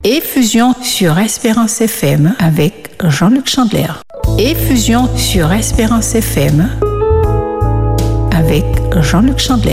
Effusion sur Espérance FM avec Jean-Luc Chandler. Effusion sur Espérance FM avec Jean-Luc Chandler.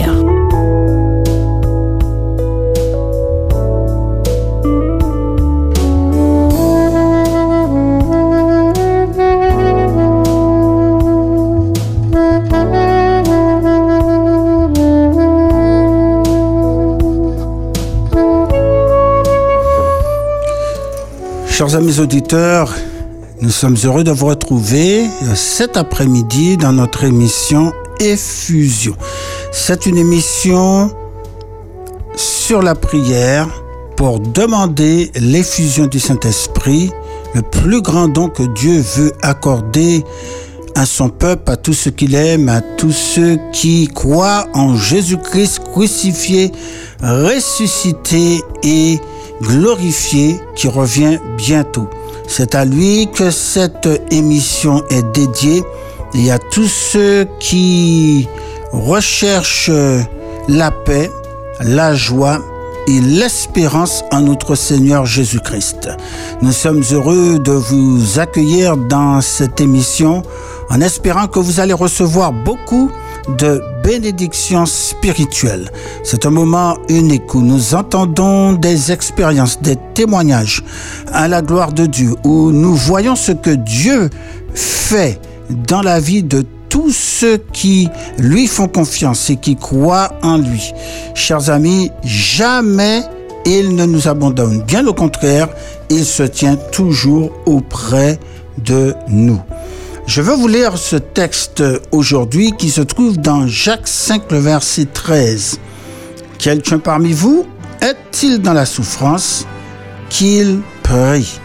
Chers amis auditeurs, nous sommes heureux de vous retrouver cet après-midi dans notre émission Effusion. C'est une émission sur la prière pour demander l'effusion du Saint-Esprit, le plus grand don que Dieu veut accorder à son peuple, à tous ceux qu'il aime, à tous ceux qui croient en Jésus-Christ crucifié, ressuscité et glorifié, qui revient bientôt. C'est à lui que cette émission est dédiée et à tous ceux qui recherchent la paix, la joie et l'espérance en notre Seigneur Jésus-Christ. Nous sommes heureux de vous accueillir dans cette émission en espérant que vous allez recevoir beaucoup de bénédictions spirituelles. C'est un moment unique où nous entendons des expériences, des témoignages à la gloire de Dieu, où nous voyons ce que Dieu fait dans la vie de tous ceux qui lui font confiance et qui croient en lui. Chers amis, jamais il ne nous abandonne. Bien au contraire, il se tient toujours auprès de nous. Je veux vous lire ce texte aujourd'hui qui se trouve dans Jacques 5, le verset 13. Quelqu'un parmi vous est-il dans la souffrance? Qu'il prie.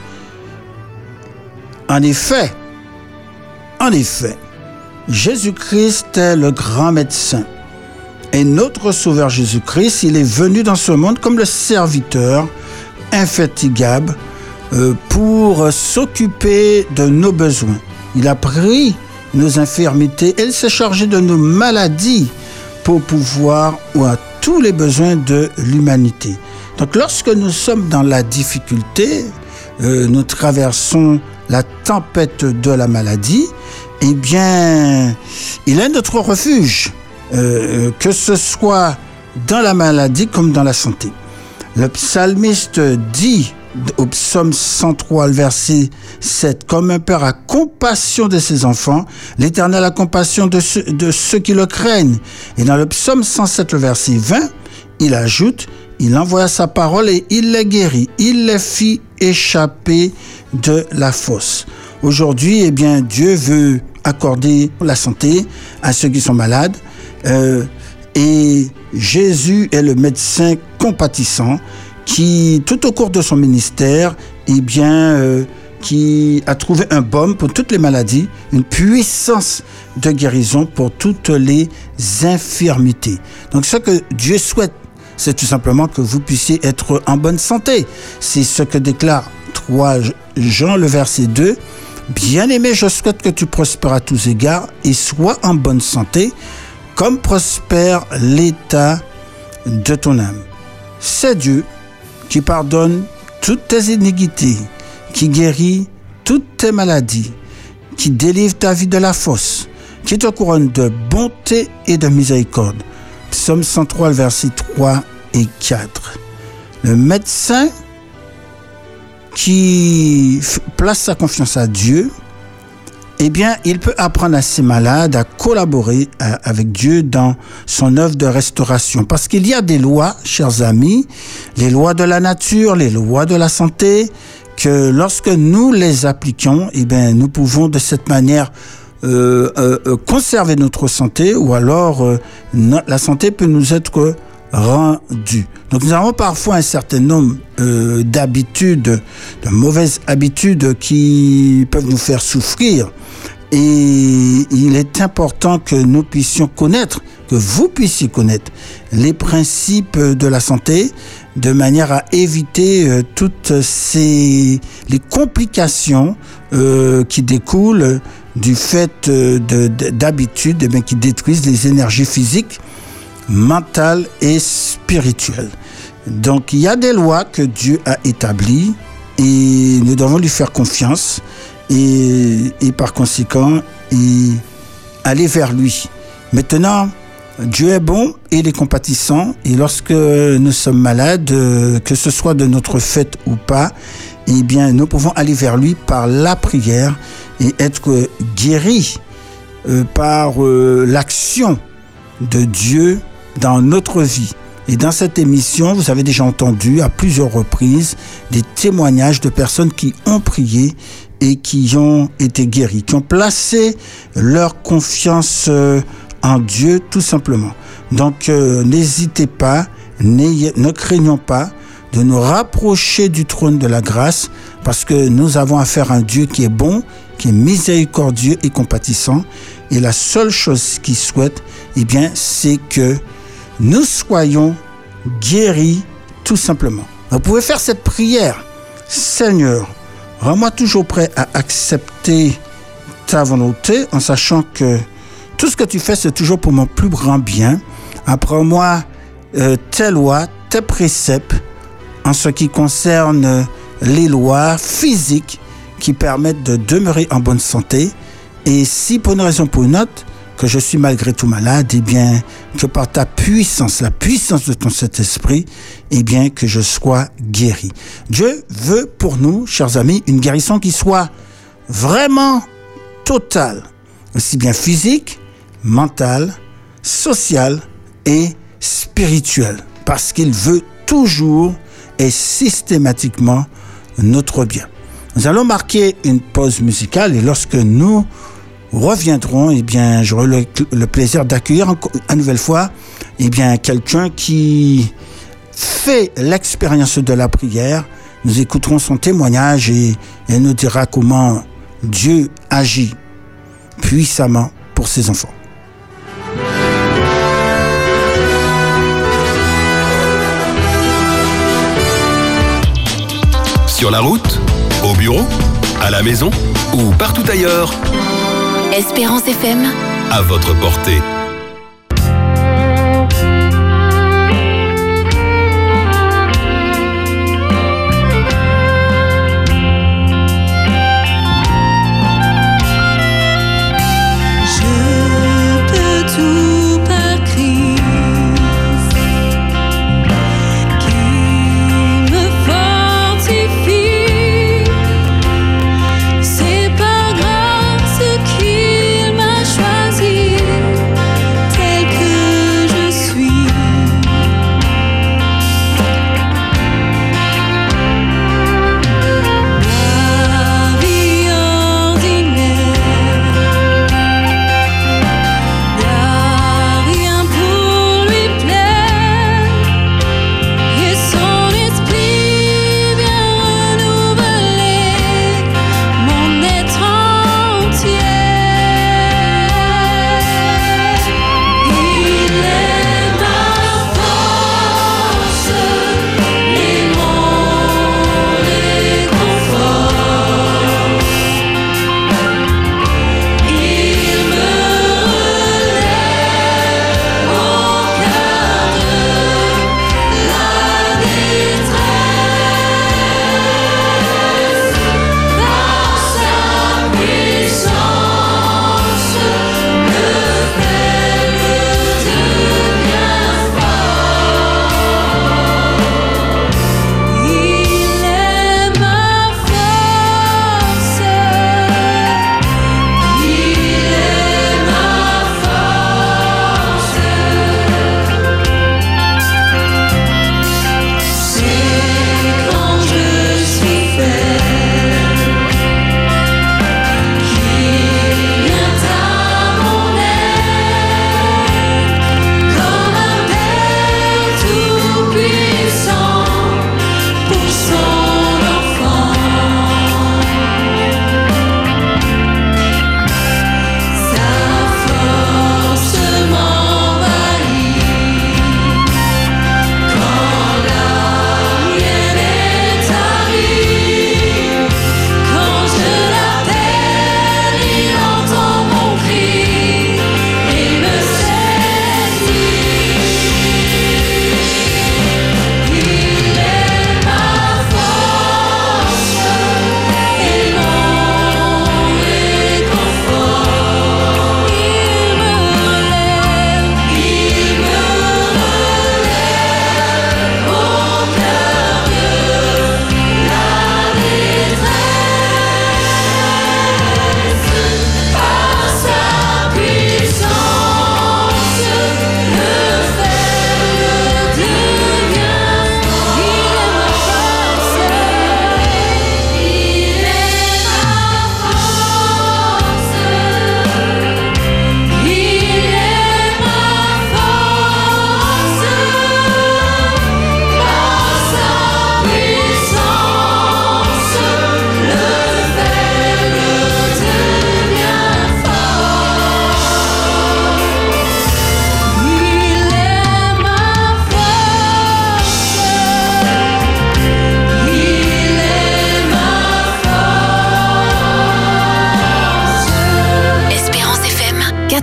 En effet, Jésus-Christ est le grand médecin. Et notre Sauveur Jésus-Christ, il est venu dans ce monde comme le serviteur infatigable pour s'occuper de nos besoins. Il a pris nos infirmités et il s'est chargé de nos maladies pour pouvoir à tous les besoins de l'humanité. Donc lorsque nous sommes dans la difficulté, nous traversons la tempête de la maladie, eh bien, il est notre refuge, que ce soit dans la maladie comme dans la santé. Le psalmiste dit au psaume 103, le verset 7, « Comme un père a compassion de ses enfants, l'Éternel a compassion de ceux qui le craignent. » Et dans le psaume 107, le verset 20, il ajoute, « Il envoya sa parole et il les guérit, il les fit échapper de la fosse. » Aujourd'hui, eh bien, Dieu veut accorder la santé à ceux qui sont malades, et Jésus est le médecin compatissant qui, tout au cours de son ministère, eh bien, qui a trouvé un baume pour toutes les maladies, une puissance de guérison pour toutes les infirmités. Donc, ce que Dieu souhaite, c'est tout simplement que vous puissiez être en bonne santé. C'est ce que déclare 3 Jean, le verset 2. « Bien-aimé, je souhaite que tu prospères à tous égards et sois en bonne santé, comme prospère l'état de ton âme. » C'est Dieu qui pardonne toutes tes iniquités, qui guérit toutes tes maladies, qui délivre ta vie de la fosse, qui te couronne de bonté et de miséricorde. Psaume 103, versets 3 et 4. Le médecin qui place sa confiance à Dieu, eh bien, il peut apprendre à ses malades à collaborer avec Dieu dans son œuvre de restauration. Parce qu'il y a des lois, chers amis, les lois de la nature, les lois de la santé, que lorsque nous les appliquons, eh bien, nous pouvons de cette manière conserver notre santé, ou alors la santé peut nous être rendue. Donc nous avons parfois un certain nombre d'habitudes, de mauvaises habitudes qui peuvent nous faire souffrir. Et il est important que nous puissions connaître, que vous puissiez connaître les principes de la santé, de manière à éviter toutes les complications qui découlent du fait d'habitudes qui détruisent les énergies physiques, mentales et spirituelles. Donc, il y a des lois que Dieu a établies et nous devons lui faire confiance et par conséquent, aller vers lui. Maintenant, Dieu est bon et il est compatissant. Et lorsque nous sommes malades, que ce soit de notre fait ou pas, eh bien, nous pouvons aller vers lui par la prière et être guéris par l'action de Dieu dans notre vie. Et dans cette émission, vous avez déjà entendu à plusieurs reprises des témoignages de personnes qui ont prié et qui ont été guéries, qui ont placé leur confiance en Dieu tout simplement. Donc n'hésitez pas, ne craignons pas de nous rapprocher du trône de la grâce parce que nous avons affaire à un Dieu qui est bon, qui est miséricordieux et compatissant. Et la seule chose qu'il souhaite, eh bien, c'est que nous soyons guéris tout simplement. Vous pouvez faire cette prière. Seigneur, rends-moi toujours prêt à accepter ta volonté en sachant que tout ce que tu fais, c'est toujours pour mon plus grand bien. Apprends-moi tes lois, tes préceptes en ce qui concerne les lois physiques qui permettent de demeurer en bonne santé. Et si pour une raison ou pour une autre, que je suis malgré tout malade, eh bien, que par ta puissance, la puissance de ton Saint-Esprit, eh bien, que je sois guéri. Dieu veut pour nous, chers amis, une guérison qui soit vraiment totale, aussi bien physique, mentale, sociale et spirituelle, parce qu'il veut toujours et systématiquement notre bien. Nous allons marquer une pause musicale et lorsque nous reviendrons, eh bien, j'aurai le plaisir d'accueillir une nouvelle fois, eh bien, quelqu'un qui fait l'expérience de la prière. Nous écouterons son témoignage et elle nous dira comment Dieu agit puissamment pour ses enfants. Sur la route, au bureau, à la maison ou partout ailleurs. Espérance FM. À votre portée. C'est par grâce qu'il m'a choisi.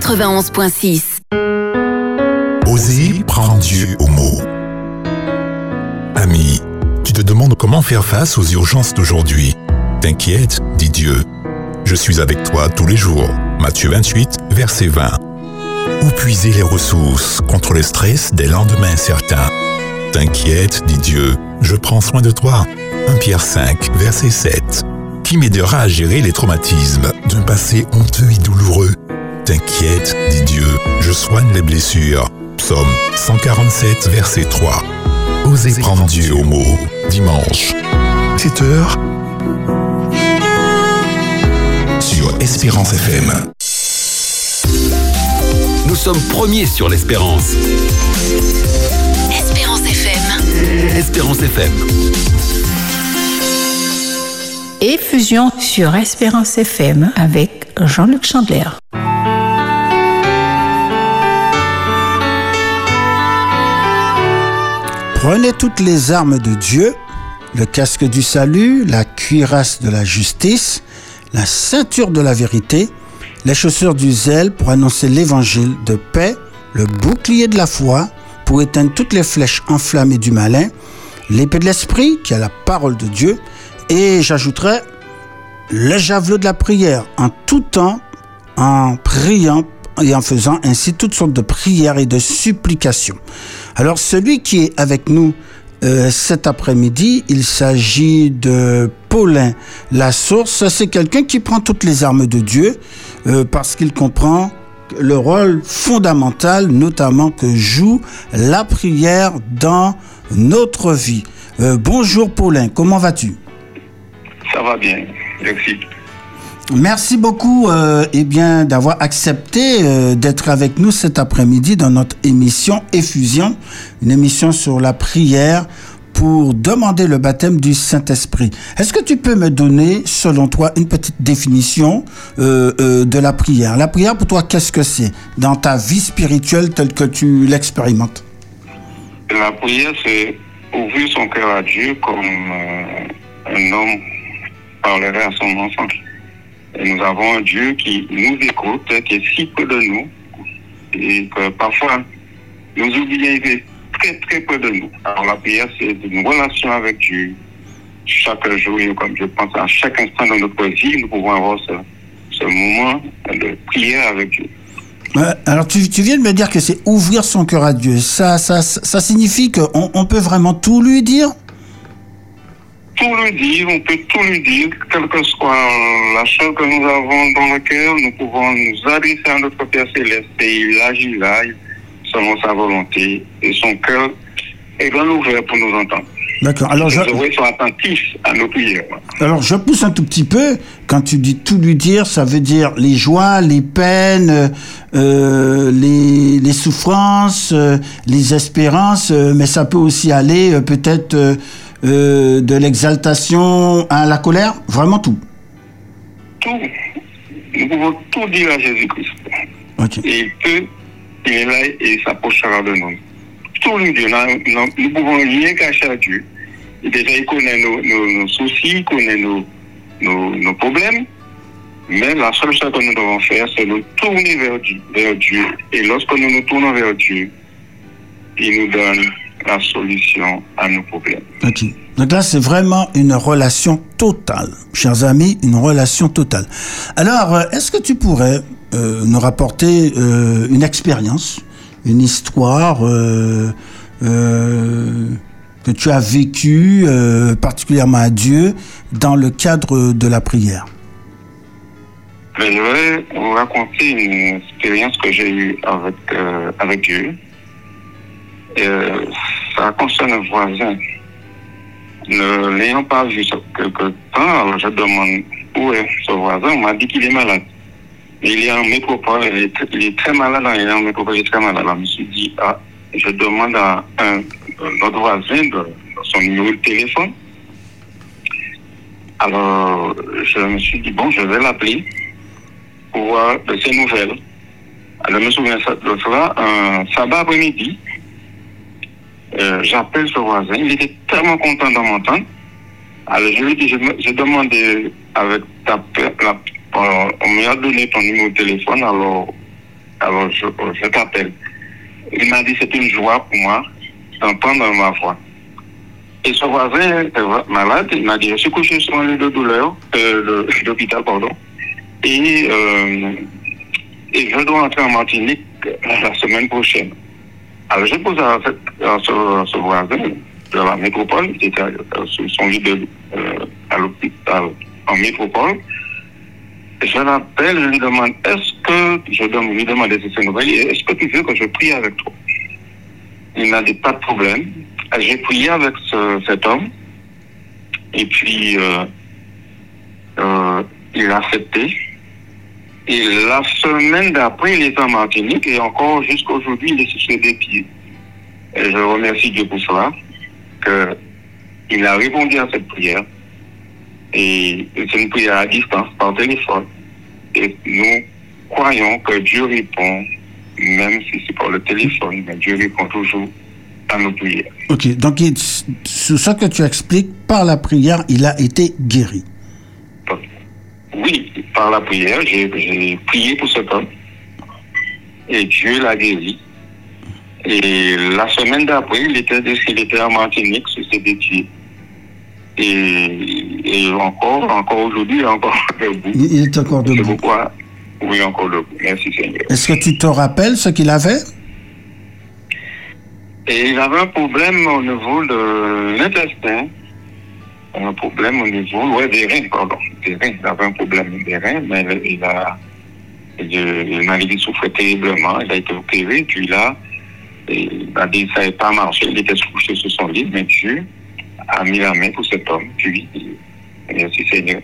91.6. Oser prendre Dieu au mot. Ami, tu te demandes comment faire face aux urgences d'aujourd'hui. T'inquiète, dit Dieu. Je suis avec toi tous les jours. Matthieu 28, verset 20. Où puiser les ressources contre le stress des lendemains incertains? T'inquiète, dit Dieu, je prends soin de toi. 1 Pierre 5, verset 7. Qui m'aidera à gérer les traumatismes d'un passé honteux et douloureux? T'inquiète, dit Dieu, je soigne les blessures. Psaume 147, verset 3. Osez prendre Dieu au mot. Dimanche, 7h, sur Espérance FM. Nous sommes premiers sur l'Espérance. Espérance FM. Espérance FM. Et fusion sur Espérance FM avec Jean-Luc Chandler. Prenez toutes les armes de Dieu, le casque du salut, la cuirasse de la justice, la ceinture de la vérité, les chaussures du zèle pour annoncer l'évangile de paix, le bouclier de la foi pour éteindre toutes les flèches enflammées du malin, l'épée de l'esprit qui est la parole de Dieu, et j'ajouterai le javelot de la prière en tout temps, en priant et en faisant ainsi toutes sortes de prières et de supplications. Alors celui qui est avec nous cet après-midi, il s'agit de Paulin Lasource. C'est quelqu'un qui prend toutes les armes de Dieu parce qu'il comprend le rôle fondamental, notamment que joue la prière dans notre vie. Bonjour Paulin, comment vas-tu? Ça va bien, merci. Merci beaucoup d'avoir accepté d'être avec nous cet après-midi dans notre émission Effusion, une émission sur la prière pour demander le baptême du Saint-Esprit. Est-ce que tu peux me donner, selon toi, une petite définition de la prière? La prière, pour toi, qu'est-ce que c'est dans ta vie spirituelle telle que tu l'expérimentes? La prière, c'est ouvrir son cœur à Dieu comme un homme parlerait à son enfant. Et nous avons un Dieu qui nous écoute, qui est si près de nous, et que parfois nous oublions, il est très très près de nous. Alors la prière, c'est une relation avec Dieu. Chaque jour, comme je pense à chaque instant de notre vie, nous pouvons avoir ce moment de prière avec Dieu. Alors tu viens de me dire que c'est ouvrir son cœur à Dieu. Ça signifie qu'on peut vraiment tout lui dire? Tout lui dire, on peut tout lui dire, quelle que soit la chose que nous avons dans le cœur, nous pouvons nous adresser à notre Père Céleste et il agit là, selon sa volonté, et son cœur est grand ouvert pour nous entendre. D'accord. Alors les oreilles sont attentifs à nos prières. Alors je pousse un tout petit peu. Quand tu dis tout lui dire, ça veut dire les joies, les peines, les souffrances, les espérances, mais ça peut aussi aller peut-être de l'exaltation à la colère, vraiment tout. Tout. Nous pouvons tout dire à Jésus-Christ. Okay. Et il est là et il s'approchera de nous. Tout lui dire. Nous ne pouvons rien cacher à Dieu. Et déjà, il connaît nos soucis, il connaît nos problèmes. Mais la seule chose que nous devons faire, c'est nous tourner vers Dieu. Et lorsque nous nous tournons vers Dieu, il nous donne la solution à nos problèmes. Ok. Donc là, c'est vraiment une relation totale. Chers amis, une relation totale. Alors, est-ce que tu pourrais nous rapporter une expérience, une histoire que tu as vécue particulièrement à Dieu dans le cadre de la prière? Je vais vous raconter une expérience que j'ai eue avec Dieu. Ça concerne un voisin. Ne l'ayant pas vu sur quelque temps, alors je demande où est ce voisin. On m'a dit qu'il est malade. Il est en métropole, il est très malade, il est en métropole, il est très malade. Alors je me suis dit, je demande à notre voisin de son numéro de téléphone. Alors je me suis dit, bon, je vais l'appeler pour voir de ses nouvelles. Alors je me souviens de cela, un sabbat après-midi. J'appelle ce voisin, il était tellement content de m'entendre. Alors je lui dis, j'ai demandé avec on m'a donné ton numéro de téléphone, alors Alors, je t'appelle. Il m'a dit, c'est une joie pour moi d'entendre ma voix. Et ce voisin malade, il m'a dit, je suis couché sur un lit de douleur, l'hôpital, pardon. Et je dois entrer en Martinique la semaine prochaine. Alors, j'ai posé à ce voisin de la métropole, qui était sur son lit à l'hôpital en métropole. Et je l'appelle, je lui demande, je lui demande de ses nouvelles, est-ce que tu veux que je prie avec toi? Il m'a dit, pas de problème. J'ai prié avec cet homme, et puis il a accepté. Et la semaine d'après, il est en Martinique, et encore jusqu'à aujourd'hui, il est sur des pieds. Et je remercie Dieu pour cela, qu'il a répondu à cette prière. Et c'est une prière à distance, par téléphone. Et nous croyons que Dieu répond, même si c'est par le téléphone, mais Dieu répond toujours à nos prières. Ok, donc sur ce que tu expliques, par la prière, il a été guéri. Oui, par la prière, j'ai prié pour cet homme. Et Dieu l'a guéri. Et la semaine d'après, il était en Martinique, sur ses pieds. Et encore aujourd'hui, il est encore debout. Il est encore debout. C'est pourquoi, oui, encore debout. Merci Seigneur. Est-ce que tu te rappelles ce qu'il avait? Et il avait un problème au niveau de l'intestin. Un problème au niveau, des reins, pardon. Des reins. Il avait un problème des reins, mais il m'a dit qu'il souffrait terriblement. Il a été opéré, puis là, il a dit que ça n'avait pas marché. Il était couché sur son lit, mais Dieu a mis la main pour cet homme. Puis, merci Seigneur.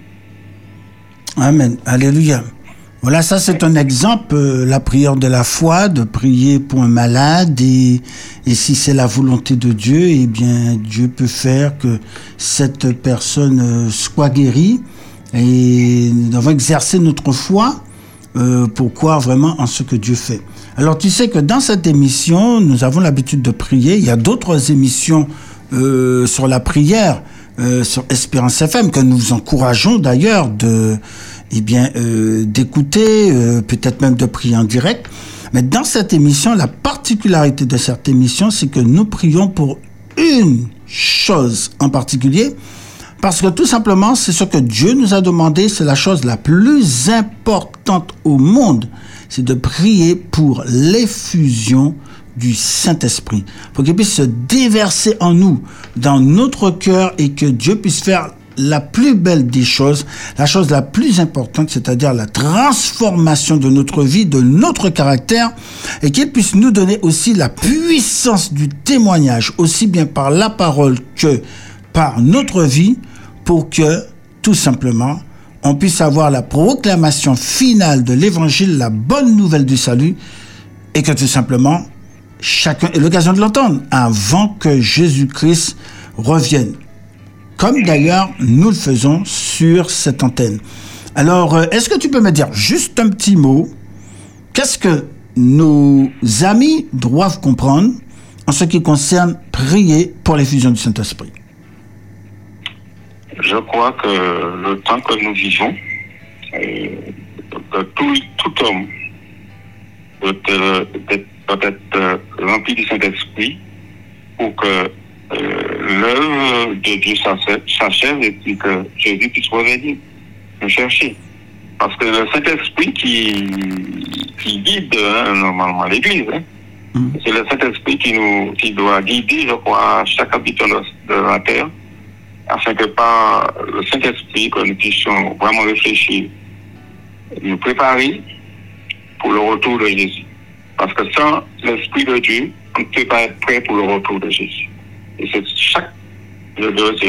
Amen. Alléluia. Voilà, ça c'est un exemple, la prière de la foi, de prier pour un malade, et si c'est la volonté de Dieu, eh bien Dieu peut faire que cette personne soit guérie, et nous devons exercer notre foi pour croire vraiment en ce que Dieu fait. Alors tu sais que dans cette émission, nous avons l'habitude de prier. Il y a d'autres émissions sur la prière sur Espérance FM que nous vous encourageons d'ailleurs d'écouter, peut-être même de prier en direct. Mais dans cette émission, la particularité de cette émission, c'est que nous prions pour une chose en particulier, parce que tout simplement, c'est ce que Dieu nous a demandé, c'est la chose la plus importante au monde, c'est de prier pour l'effusion du Saint-Esprit, pour qu'il puisse se déverser en nous, dans notre cœur, et que Dieu puisse faire la plus belle des choses, la chose la plus importante, c'est-à-dire la transformation de notre vie, de notre caractère, et qu'il puisse nous donner aussi la puissance du témoignage, aussi bien par la parole que par notre vie, pour que, tout simplement, on puisse avoir la proclamation finale de l'évangile, la bonne nouvelle du salut, et que tout simplement, chacun ait l'occasion de l'entendre avant que Jésus-Christ revienne. Comme d'ailleurs nous le faisons sur cette antenne. Alors, est-ce que tu peux me dire juste un petit mot? Qu'est-ce que nos amis doivent comprendre en ce qui concerne prier pour l'effusion du Saint-Esprit? Je crois que le temps que nous vivons, tout homme doit être rempli du Saint-Esprit pour que l'œuvre de Dieu s'achève et puis que Jésus puisse revenir nous chercher. Parce que le Saint-Esprit qui guide normalement l'Église, c'est le Saint-Esprit qui doit guider, je crois, chaque habitant de la terre, afin que par le Saint-Esprit, que nous puissions vraiment réfléchir, nous préparer pour le retour de Jésus. Parce que sans l'Esprit de Dieu, on ne peut pas être prêt pour le retour de Jésus. Et c'est je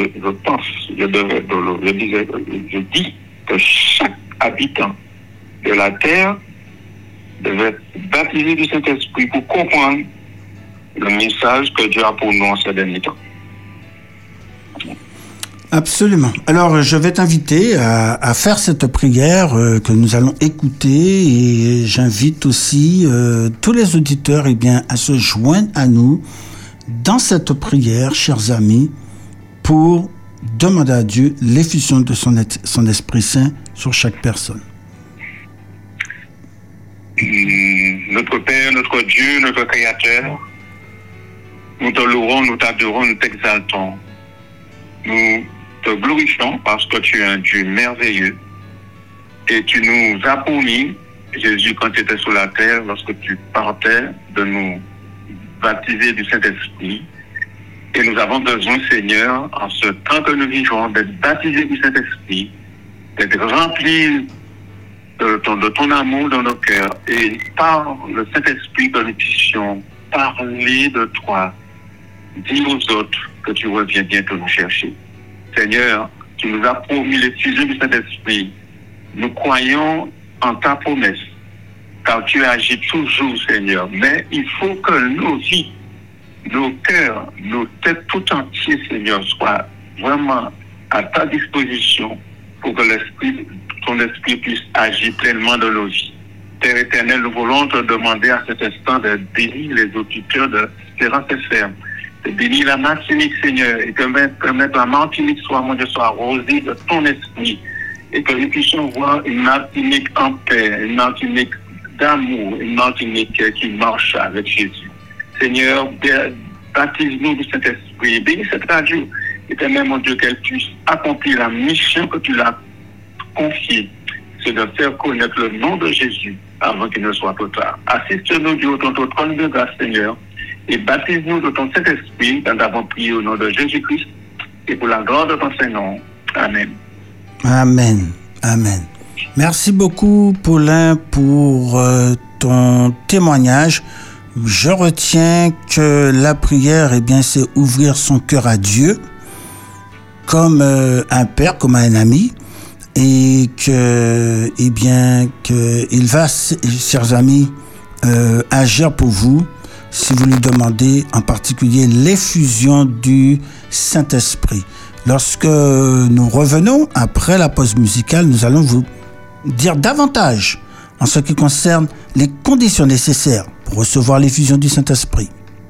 dis que chaque habitant de la terre devait être baptisé du Saint-Esprit pour comprendre le message que Dieu a pour nous en ces derniers temps. Absolument. Alors, je vais t'inviter à faire cette prière que nous allons écouter, et j'invite aussi tous les auditeurs à se joindre à nous dans cette prière, chers amis, pour demander à Dieu l'effusion de son Esprit Saint sur chaque personne. Notre Père, notre Dieu, notre Créateur, nous te louons, nous t'adorons, nous t'exaltons. Nous te glorifions parce que tu es un Dieu merveilleux. Et tu nous as promis, Jésus, quand tu étais sur la terre, lorsque tu partais, de nous baptiser du Saint-Esprit. Et nous avons besoin, Seigneur, en ce temps que nous vivons, d'être baptisés du Saint-Esprit, d'être remplis de ton amour dans nos cœurs. Et par le Saint-Esprit, que nous puissions parler de toi, dire aux autres que tu reviens bientôt nous chercher. Seigneur, tu nous as promis l'effusion du Saint-Esprit. Nous croyons en ta promesse, car tu agis toujours, Seigneur. Mais il faut que nos vies, nos cœurs, nos têtes tout entiers, Seigneur, soient vraiment à ta disposition pour que ton esprit puisse agir pleinement dans nos vies. Père éternel, nous voulons te demander à cet instant de bénir les auditeurs de Espérance FM, de bénir la Martinique, Seigneur, et que permettre la Martinique soit, mon Dieu, soit arrosée de ton esprit, et que nous puissions voir une Martinique en paix, une Martinique d'amour, une Martinique qui marche avec Jésus. Seigneur, baptise-nous de cet esprit, bénis cette radio, éternel, mon Dieu, qu'elle puisse accomplir la mission que tu l'as confiée, c'est de faire connaître le nom de Jésus avant qu'il ne soit trop tard. Assiste-nous du haut de ton trône de grâce, Seigneur, et baptise-nous de ton Saint-Esprit, quand nous avons prié au nom de Jésus-Christ, et pour la gloire de ton Saint-Nom. Amen. Amen. Amen. Merci beaucoup, Paulin, pour ton témoignage. Je retiens que la prière, eh bien, c'est ouvrir son cœur à Dieu, comme un père, comme un ami, et que, eh bien, que il va, chers amis, agir pour vous si vous lui demandez en particulier l'effusion du Saint-Esprit. Lorsque nous revenons après la pause musicale, nous allons vous dire davantage en ce qui concerne les conditions nécessaires pour recevoir l'effusion du Saint-Esprit.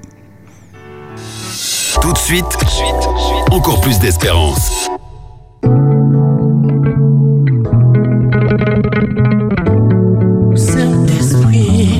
Tout de suite, encore plus d'espérance. Saint-Esprit,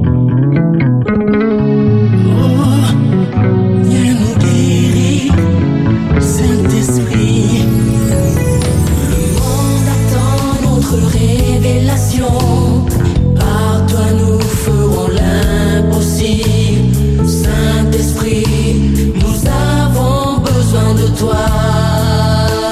viens nous guérir. Saint-Esprit, le monde attend notre révélation. Par toi nous ferons l'impossible. Saint-Esprit, nous avons besoin de toi.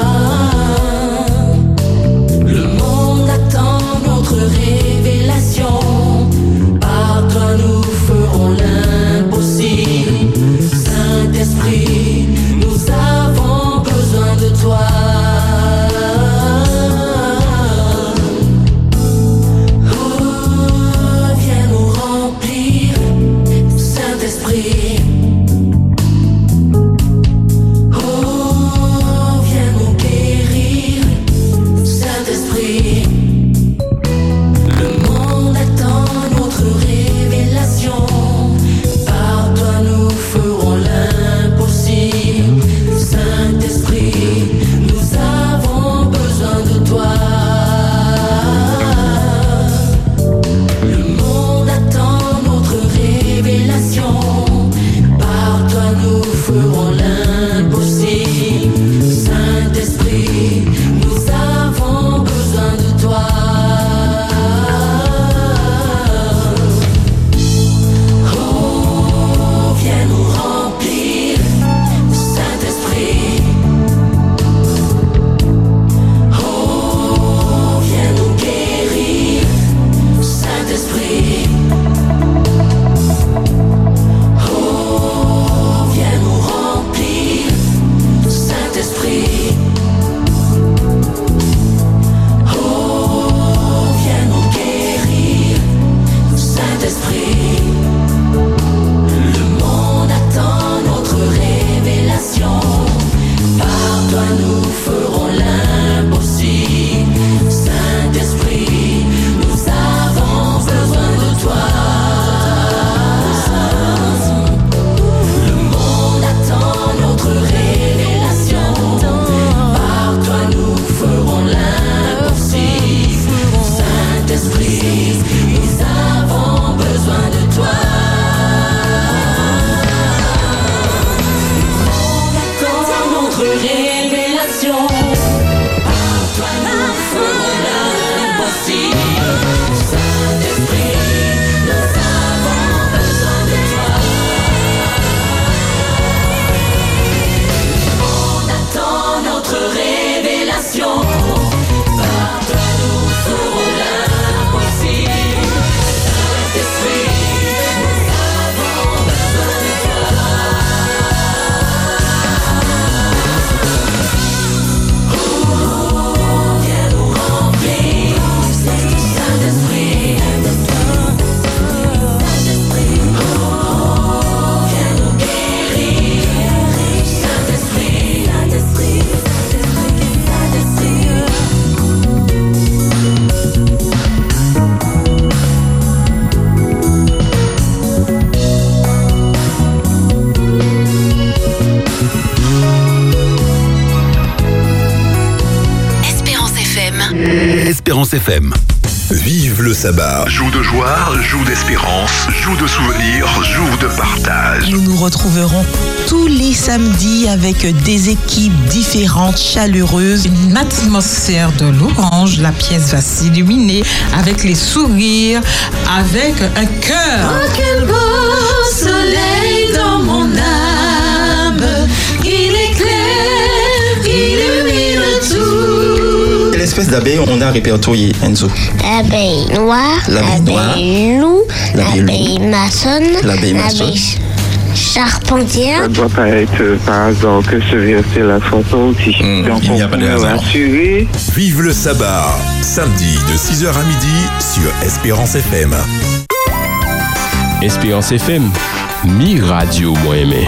Espérance FM. Vive le sabbat. Jour de joie, jour d'espérance, jour de souvenirs, jour de partage. Nous nous retrouverons tous les samedis avec des équipes différentes, chaleureuses. Une atmosphère de louange, la pièce va s'illuminer avec les sourires, avec un cœur. Oh, quel beau soleil dans mon âme, il éclaire, il illumine tout. Quelle espèce d'abeille on a répertorié, Enzo? L'abeille noire, l'abeille loup, l'abeille maçonne, l'abeille charpentière. Ça ne doit pas être par hasard que ce verset la façon aussi. Donc il n'y a pas de hasard. Vive le sabbat, samedi de 6h à midi sur Espérance FM. Espérance FM, mi radio moi aimé.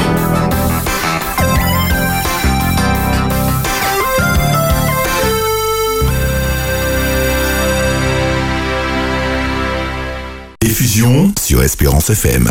Diffusion sur Espérance FM.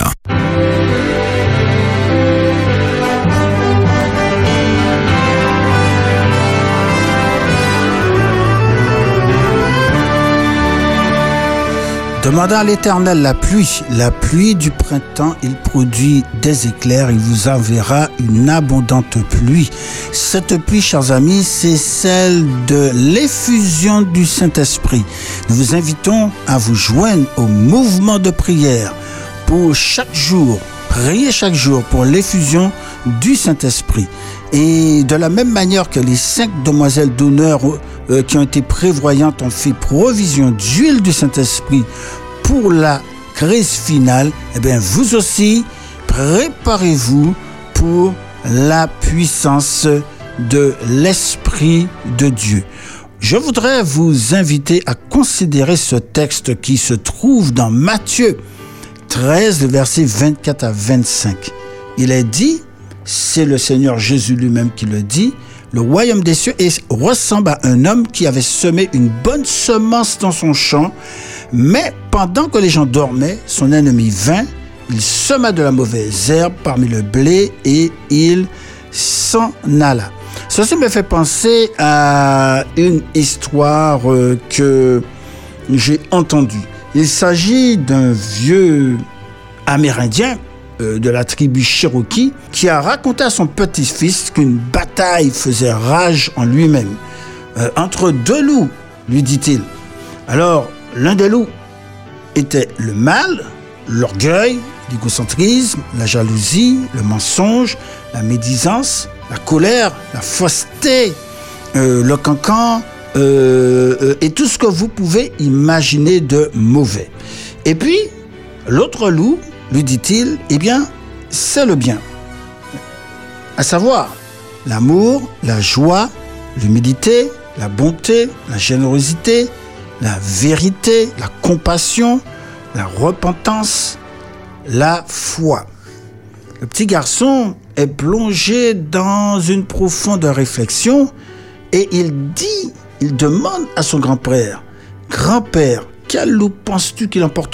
Demandez à l'Éternel la pluie du printemps, il produit des éclairs, il vous enverra une abondante pluie. Cette pluie, chers amis, c'est celle de l'effusion du Saint-Esprit. Nous vous invitons à vous joindre au mouvement de prière pour chaque jour, prier chaque jour pour l'effusion du Saint-Esprit. Et de la même manière que les 5 demoiselles d'honneur qui ont été prévoyantes ont fait provision d'huile du Saint-Esprit pour la crise finale, eh bien vous aussi, préparez-vous pour la puissance de l'Esprit de Dieu. Je voudrais vous inviter à considérer ce texte qui se trouve dans Matthieu 13, versets 24 à 25. Il est dit, c'est le Seigneur Jésus lui-même qui le dit, le royaume des cieux ressemble à un homme qui avait semé une bonne semence dans son champ, mais pendant que les gens dormaient, son ennemi vint, il sema de la mauvaise herbe parmi le blé et il s'en alla. Ceci me fait penser à une histoire que j'ai entendue. Il s'agit d'un vieux Amérindien de la tribu Cherokee qui a raconté à son petit-fils qu'une bataille faisait rage en lui-même. Entre 2 loups, lui dit-il. Alors, l'un des loups était le mal, l'orgueil, l'égocentrisme, la jalousie, le mensonge, la médisance, la colère, la fausseté, le cancan, et tout ce que vous pouvez imaginer de mauvais. Et puis, l'autre loup, lui dit-il, eh bien, c'est le bien. À savoir, l'amour, la joie, l'humilité, la bonté, la générosité, la vérité, la compassion, la repentance, la foi. Le petit garçon est plongé dans une profonde réflexion et il demande à son grand-père, « Grand-père, quel loup penses-tu qu'il emportera ?»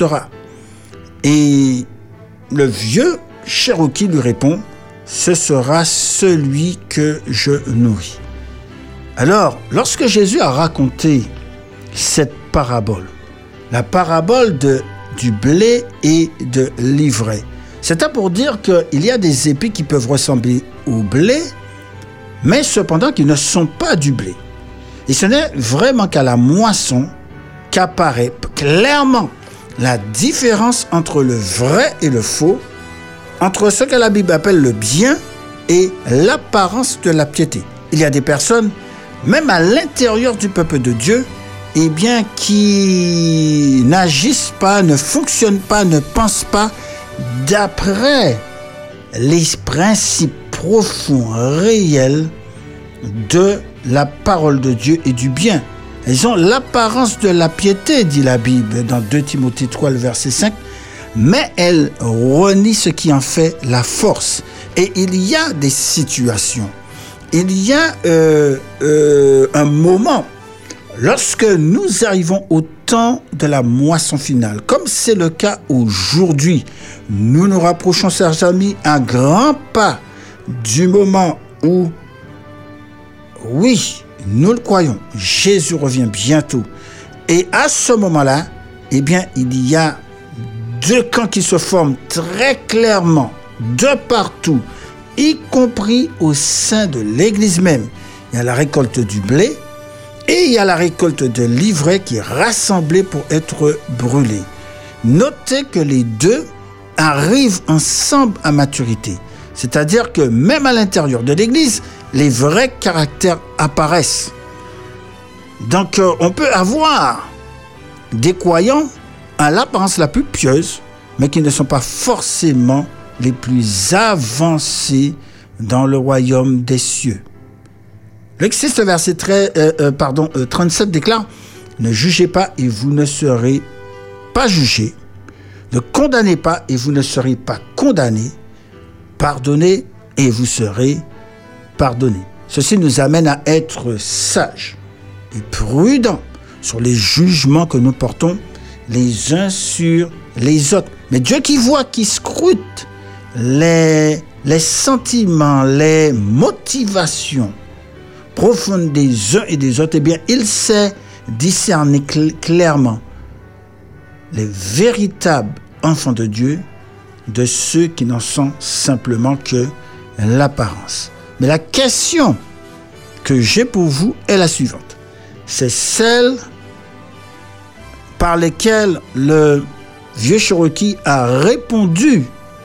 Et le vieux Cherokee lui répond, « Ce sera celui que je nourris. » Alors, lorsque Jésus a raconté cette parabole, la parabole du blé et de l'ivraie, c'était pour dire qu'il y a des épis qui peuvent ressembler au blé, mais cependant qui ne sont pas du blé. Et ce n'est vraiment qu'à la moisson qu'apparaît clairement la différence entre le vrai et le faux, entre ce que la Bible appelle le bien et l'apparence de la piété. Il y a des personnes, même à l'intérieur du peuple de Dieu, eh bien, qui n'agissent pas, ne fonctionnent pas, ne pensent pas d'après les principes profonds, réels de la parole de Dieu et du bien. Elles ont l'apparence de la piété, dit la Bible dans 2 Timothée 3, le verset 5, mais elles renient ce qui en fait la force. Et il y a des situations, il y a un moment, lorsque nous arrivons au temps de la moisson finale, comme c'est le cas aujourd'hui, nous nous rapprochons, chers amis, un grand pas du moment où, oui, nous le croyons, Jésus revient bientôt Et à ce moment-là, eh bien, il y a deux camps qui se forment très clairement de partout, y compris au sein de l'Église même. Il y a la récolte du blé et il y a la récolte de l'ivraie qui est rassemblée pour être brûlée. Notez que les deux arrivent ensemble à maturité. C'est-à-dire que même à l'intérieur de l'Église, les vrais caractères apparaissent. Donc on peut avoir des croyants à l'apparence la plus pieuse, mais qui ne sont pas forcément les plus avancés dans le royaume des cieux. L'Exode, verset 37 déclare « Ne jugez pas et vous ne serez pas jugés. Ne condamnez pas et vous ne serez pas condamnés. Pardonnez et vous serez pardonnés. » Ceci nous amène à être sages et prudents sur les jugements que nous portons les uns sur les autres. Mais Dieu qui voit, qui scrute les sentiments, les motivations profondes des uns et des autres, eh bien, il sait discerner clairement les véritables enfants de Dieu de ceux qui n'en sont simplement que l'apparence. Mais la question que j'ai pour vous est la suivante. C'est celle par lesquelles le vieux Cherokee a répondu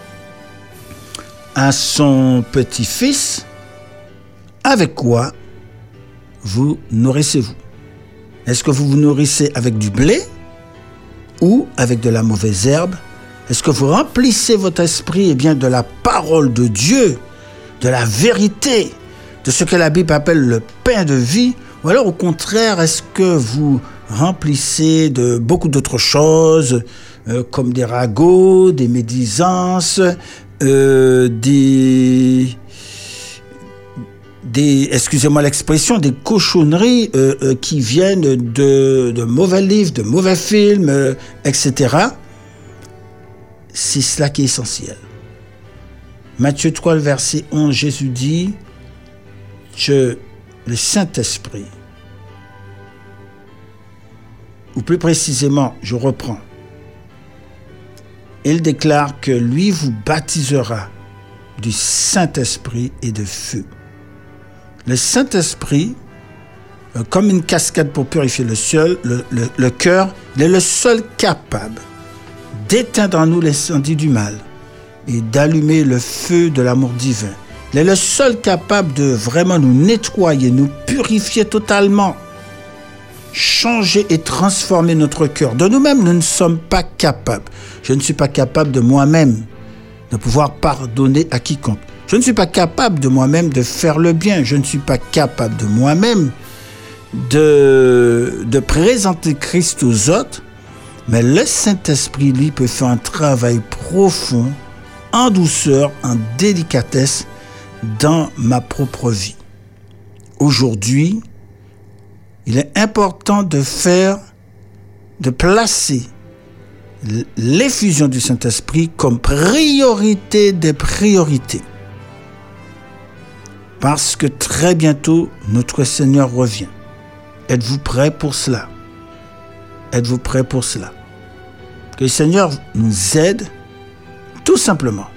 à son petit-fils: avec quoi vous nourrissez-vous? Est-ce que vous vous nourrissez avec du blé ou avec de la mauvaise herbe? Est-ce que vous remplissez votre esprit de la parole de Dieu, de la vérité, de ce que la Bible appelle le pain de vie? Ou alors au contraire, est-ce que vous remplissez de beaucoup d'autres choses, comme des ragots, des médisances, excusez-moi l'expression, des cochonneries qui viennent de mauvais livres, de mauvais films, etc. C'est cela qui est essentiel. Matthieu 3, le verset 11, Jésus dit que le Saint-Esprit, ou plus précisément, je reprends, il déclare que lui vous baptisera du Saint-Esprit et de feu. Le Saint-Esprit, comme une cascade pour purifier le cœur, il est le seul capable d'éteindre en nous l'incendie du mal et d'allumer le feu de l'amour divin. Il est le seul capable de vraiment nous nettoyer, nous purifier totalement, changer et transformer notre cœur. De nous-mêmes, nous ne sommes pas capables. Je ne suis pas capable de moi-même de pouvoir pardonner à quiconque. Je ne suis pas capable de moi-même de faire le bien. Je ne suis pas capable de moi-même de présenter Christ aux autres. Mais le Saint-Esprit, lui, peut faire un travail profond, en douceur, en délicatesse, dans ma propre vie. Aujourd'hui, il est important de placer l'effusion du Saint-Esprit comme priorité des priorités. Parce que très bientôt, notre Seigneur revient. Êtes-vous prêts pour cela? Êtes-vous prêts pour cela? Que le Seigneur nous aide tout simplement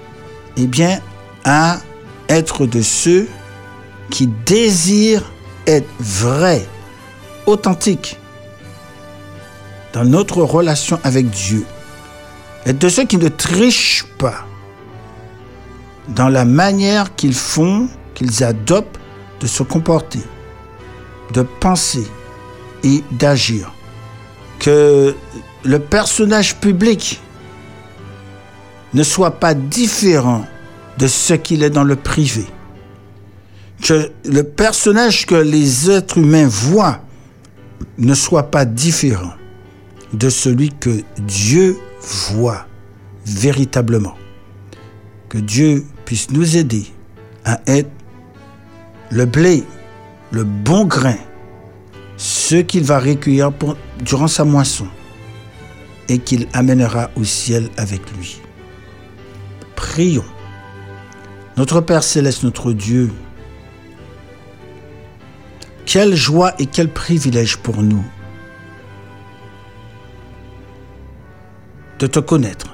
à être de ceux qui désirent être vrais, authentiques dans notre relation avec Dieu. Être de ceux qui ne trichent pas dans la manière qu'ils font, qu'ils adoptent de se comporter, de penser et d'agir. Que le personnage public ne soit pas différent de ce qu'il est dans le privé. Que le personnage que les êtres humains voient ne soit pas différent de celui que Dieu voit véritablement. Que Dieu puisse nous aider à être le blé, le bon grain, ce qu'il va recueillir durant sa moisson et qu'il amènera au ciel avec lui. Prions. Notre Père Céleste, notre Dieu, quelle joie et quel privilège pour nous de te connaître,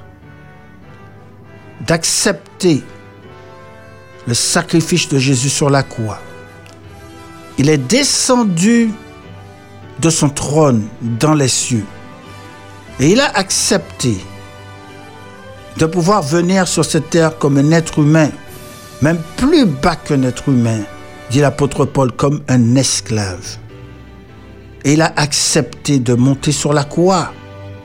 d'accepter le sacrifice de Jésus sur la croix. Il est descendu de son trône dans les cieux et il a accepté de pouvoir venir sur cette terre comme un être humain, même plus bas qu'un être humain, dit l'apôtre Paul, comme un esclave. Et il a accepté de monter sur la croix,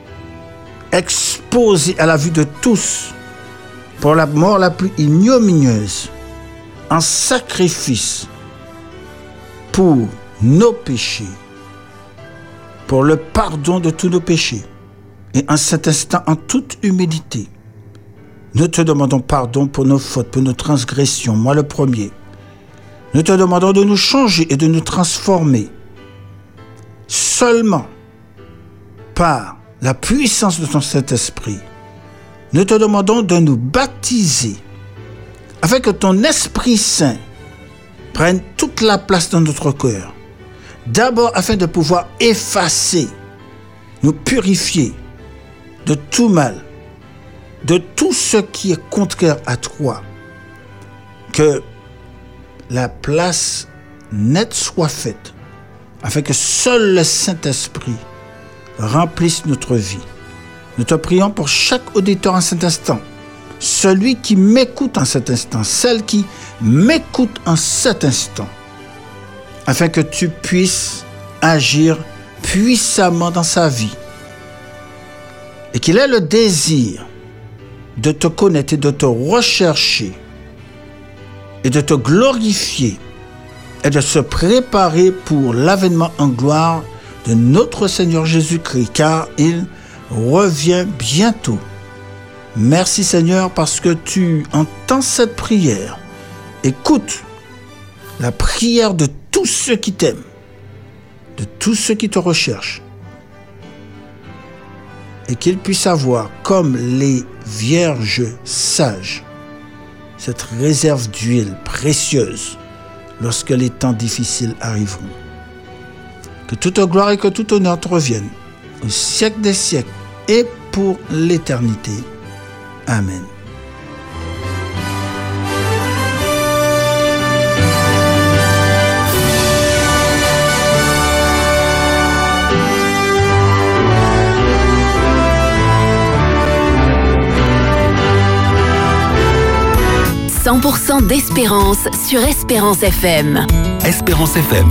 exposé à la vue de tous pour la mort la plus ignominieuse, en sacrifice pour nos péchés, pour le pardon de tous nos péchés. Et en cet instant, en toute humilité, nous te demandons pardon pour nos fautes, pour nos transgressions, moi le premier. Nous te demandons de nous changer et de nous transformer seulement par la puissance de ton Saint-Esprit. Nous te demandons de nous baptiser afin que ton Esprit Saint prenne toute la place dans notre cœur. D'abord afin de pouvoir effacer, nous purifier de tout mal, de tout ce qui est contraire à toi. Que la place nette soit faite afin que seul le Saint-Esprit remplisse notre vie. Nous te prions pour chaque auditeur en cet instant, celui qui m'écoute en cet instant, celle qui m'écoute en cet instant, afin que tu puisses agir puissamment dans sa vie et qu'il ait le désir de te connaître et de te rechercher et de te glorifier et de se préparer pour l'avènement en gloire de notre Seigneur Jésus-Christ, car il revient bientôt. Merci Seigneur parce que tu entends cette prière. Écoute la prière de tous ceux qui t'aiment, de tous ceux qui te recherchent, et qu'ils puissent avoir, comme les vierges sages, cette réserve d'huile précieuse lorsque les temps difficiles arriveront. Que toute gloire et que tout honneur te reviennent au siècle des siècles et pour l'éternité. Amen. « 100% d'Espérance sur Espérance FM. Espérance FM.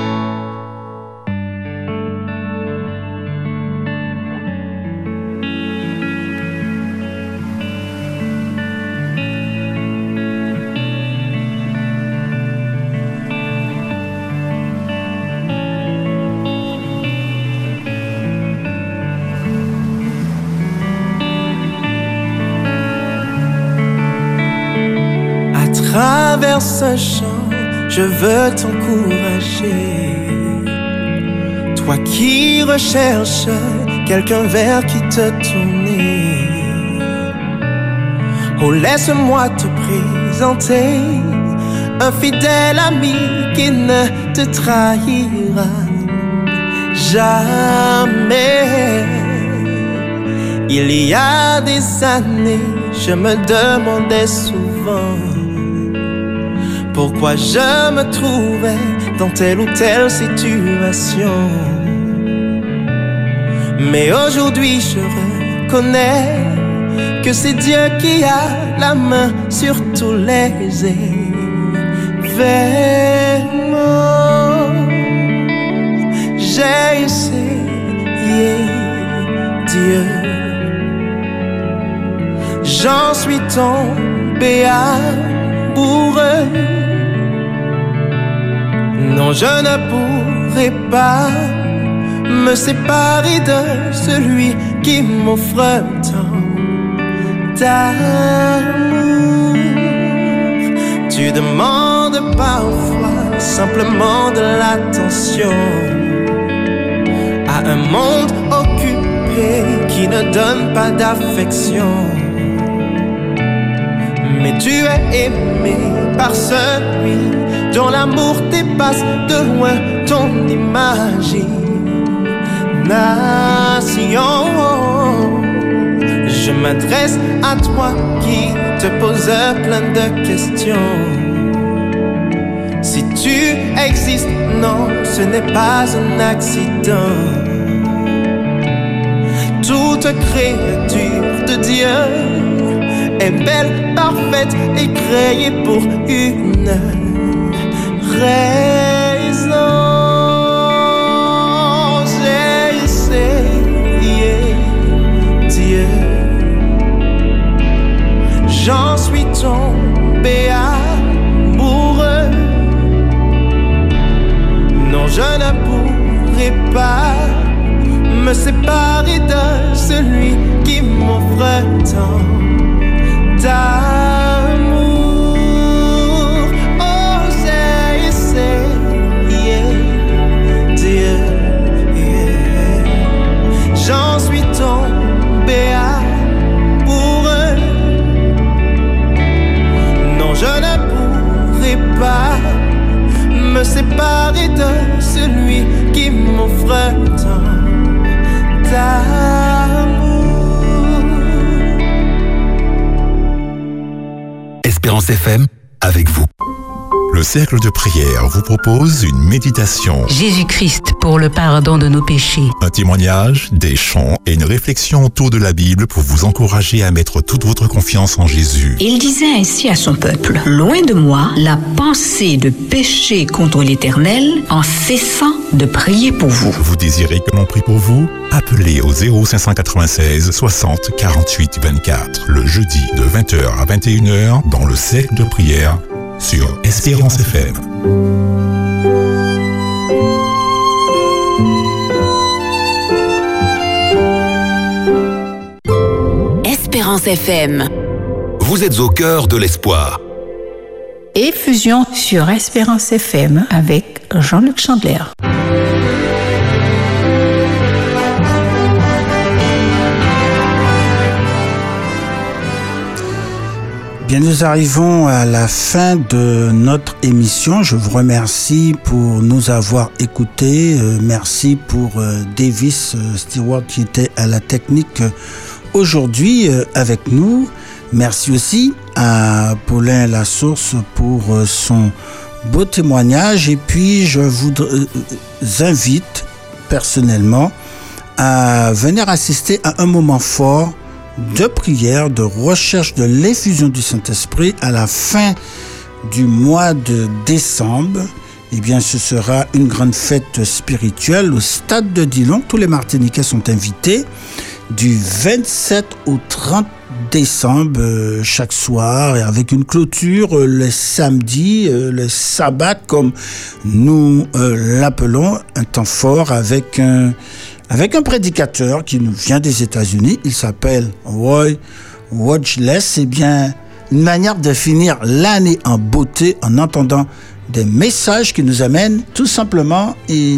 Travers ce champ, je veux t'encourager. Toi qui recherches quelqu'un vers qui te tourner. Oh, laisse-moi te présenter un fidèle ami qui ne te trahira jamais. Il y a des années, je me demandais souvent pourquoi je me trouvais dans telle ou telle situation. Mais aujourd'hui je reconnais que c'est Dieu qui a la main sur tous les événements. J'ai essayé Dieu, j'en suis tombé amoureux. Non, je ne pourrai pas me séparer de celui qui m'offre tant d'amour. Tu demandes parfois simplement de l'attention à un monde occupé qui ne donne pas d'affection. Mais tu es aimé par celui dont l'amour dépasse de loin ton imagination. Je m'adresse à toi qui te pose plein de questions. Si tu existes, non, ce n'est pas un accident. Toute créature de Dieu est belle, parfaite et créée pour une raison. J'ai essayé Dieu, j'en suis tombé amoureux. Non, je ne pourrai pas me séparer de celui qui m'offre tant d'amour. Oh, j'ai essayé Dieu, j'en suis tombé amoureux. Non, je ne pourrai pas me séparer de celui qui m'offre tant d'amour. Espérance FM, avec vous. Le cercle de prière vous propose une méditation. Jésus-Christ pour le pardon de nos péchés. Un témoignage, des chants et une réflexion autour de la Bible pour vous encourager à mettre toute votre confiance en Jésus. Il disait ainsi à son peuple: loin de moi la pensée de pécher contre l'Éternel en cessant de prier pour vous. Vous désirez que l'on prie pour vous? Appelez au 0596 60 48 24 le jeudi de 20h à 21h dans le cercle de prière sur Espérance FM. Espérance FM. Vous êtes au cœur de l'espoir. Effusion sur Espérance FM avec Jean-Luc Chandler. Bien, nous arrivons à la fin de notre émission. Je vous remercie pour nous avoir écoutés. Merci pour Davis Stewart qui était à la technique aujourd'hui avec nous. Merci aussi à Paulin Lassource pour son beau témoignage. Et puis, je vous invite personnellement à venir assister à un moment fort de prière, de recherche de l'effusion du Saint-Esprit à la fin du mois de décembre. Eh bien, ce sera une grande fête spirituelle au stade de Dillon. Tous les Martiniquais sont invités du 27 au 30 décembre chaque soir, et avec une clôture le samedi, le sabbat comme nous l'appelons, un temps fort avec un prédicateur qui nous vient des États-Unis. Il s'appelle Roy Watchless. C'est bien une manière de finir l'année en beauté en entendant des messages qui nous amènent tout simplement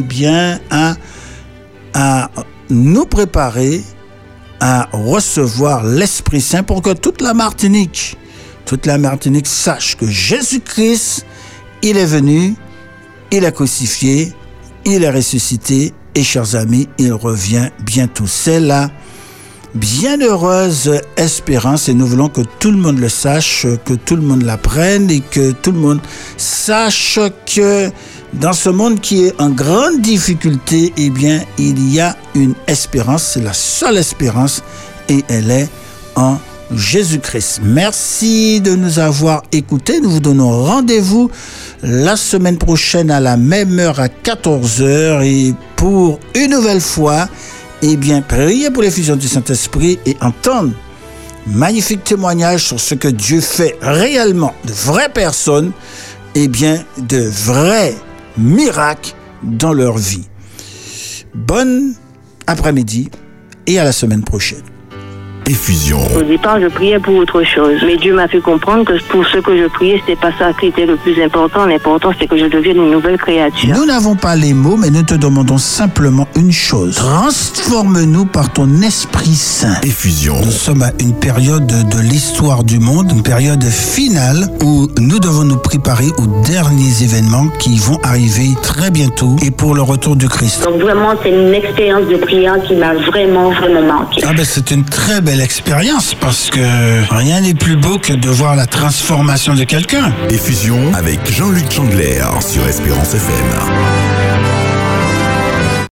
à nous préparer à recevoir l'Esprit Saint pour que toute la Martinique sache que Jésus-Christ, il est venu, il est crucifié, il est ressuscité. Et chers amis, il revient bientôt. C'est la bienheureuse espérance et nous voulons que tout le monde le sache, que tout le monde l'apprenne et que tout le monde sache que dans ce monde qui est en grande difficulté, eh bien, il y a une espérance, c'est la seule espérance et elle est en Jésus-Christ. Merci de nous avoir écoutés. Nous vous donnons rendez-vous la semaine prochaine à la même heure à 14h et pour une nouvelle fois, eh bien, priez pour l'effusion du Saint-Esprit et entendre magnifique témoignage sur ce que Dieu fait réellement, de vraies personnes, eh bien, de vrais miracles dans leur vie. Bon après-midi et à la semaine prochaine. Effusion. Au départ, je priais pour autre chose. Mais Dieu m'a fait comprendre que pour ce que je priais, c'était pas ça qui était le plus important. L'important, c'est que je devienne une nouvelle créature. Nous n'avons pas les mots, mais nous te demandons simplement une chose. Transforme-nous par ton Esprit Saint. Effusion. Nous sommes à une période de l'histoire du monde, une période finale où nous devons nous préparer aux derniers événements qui vont arriver très bientôt et pour le retour du Christ. Donc vraiment, c'est une expérience de prière qui m'a vraiment marqué. Ah ben, c'est une très belle belle expérience parce que rien n'est plus beau que de voir la transformation de quelqu'un. Effusion avec Jean-Luc Chandler sur Espérance FM.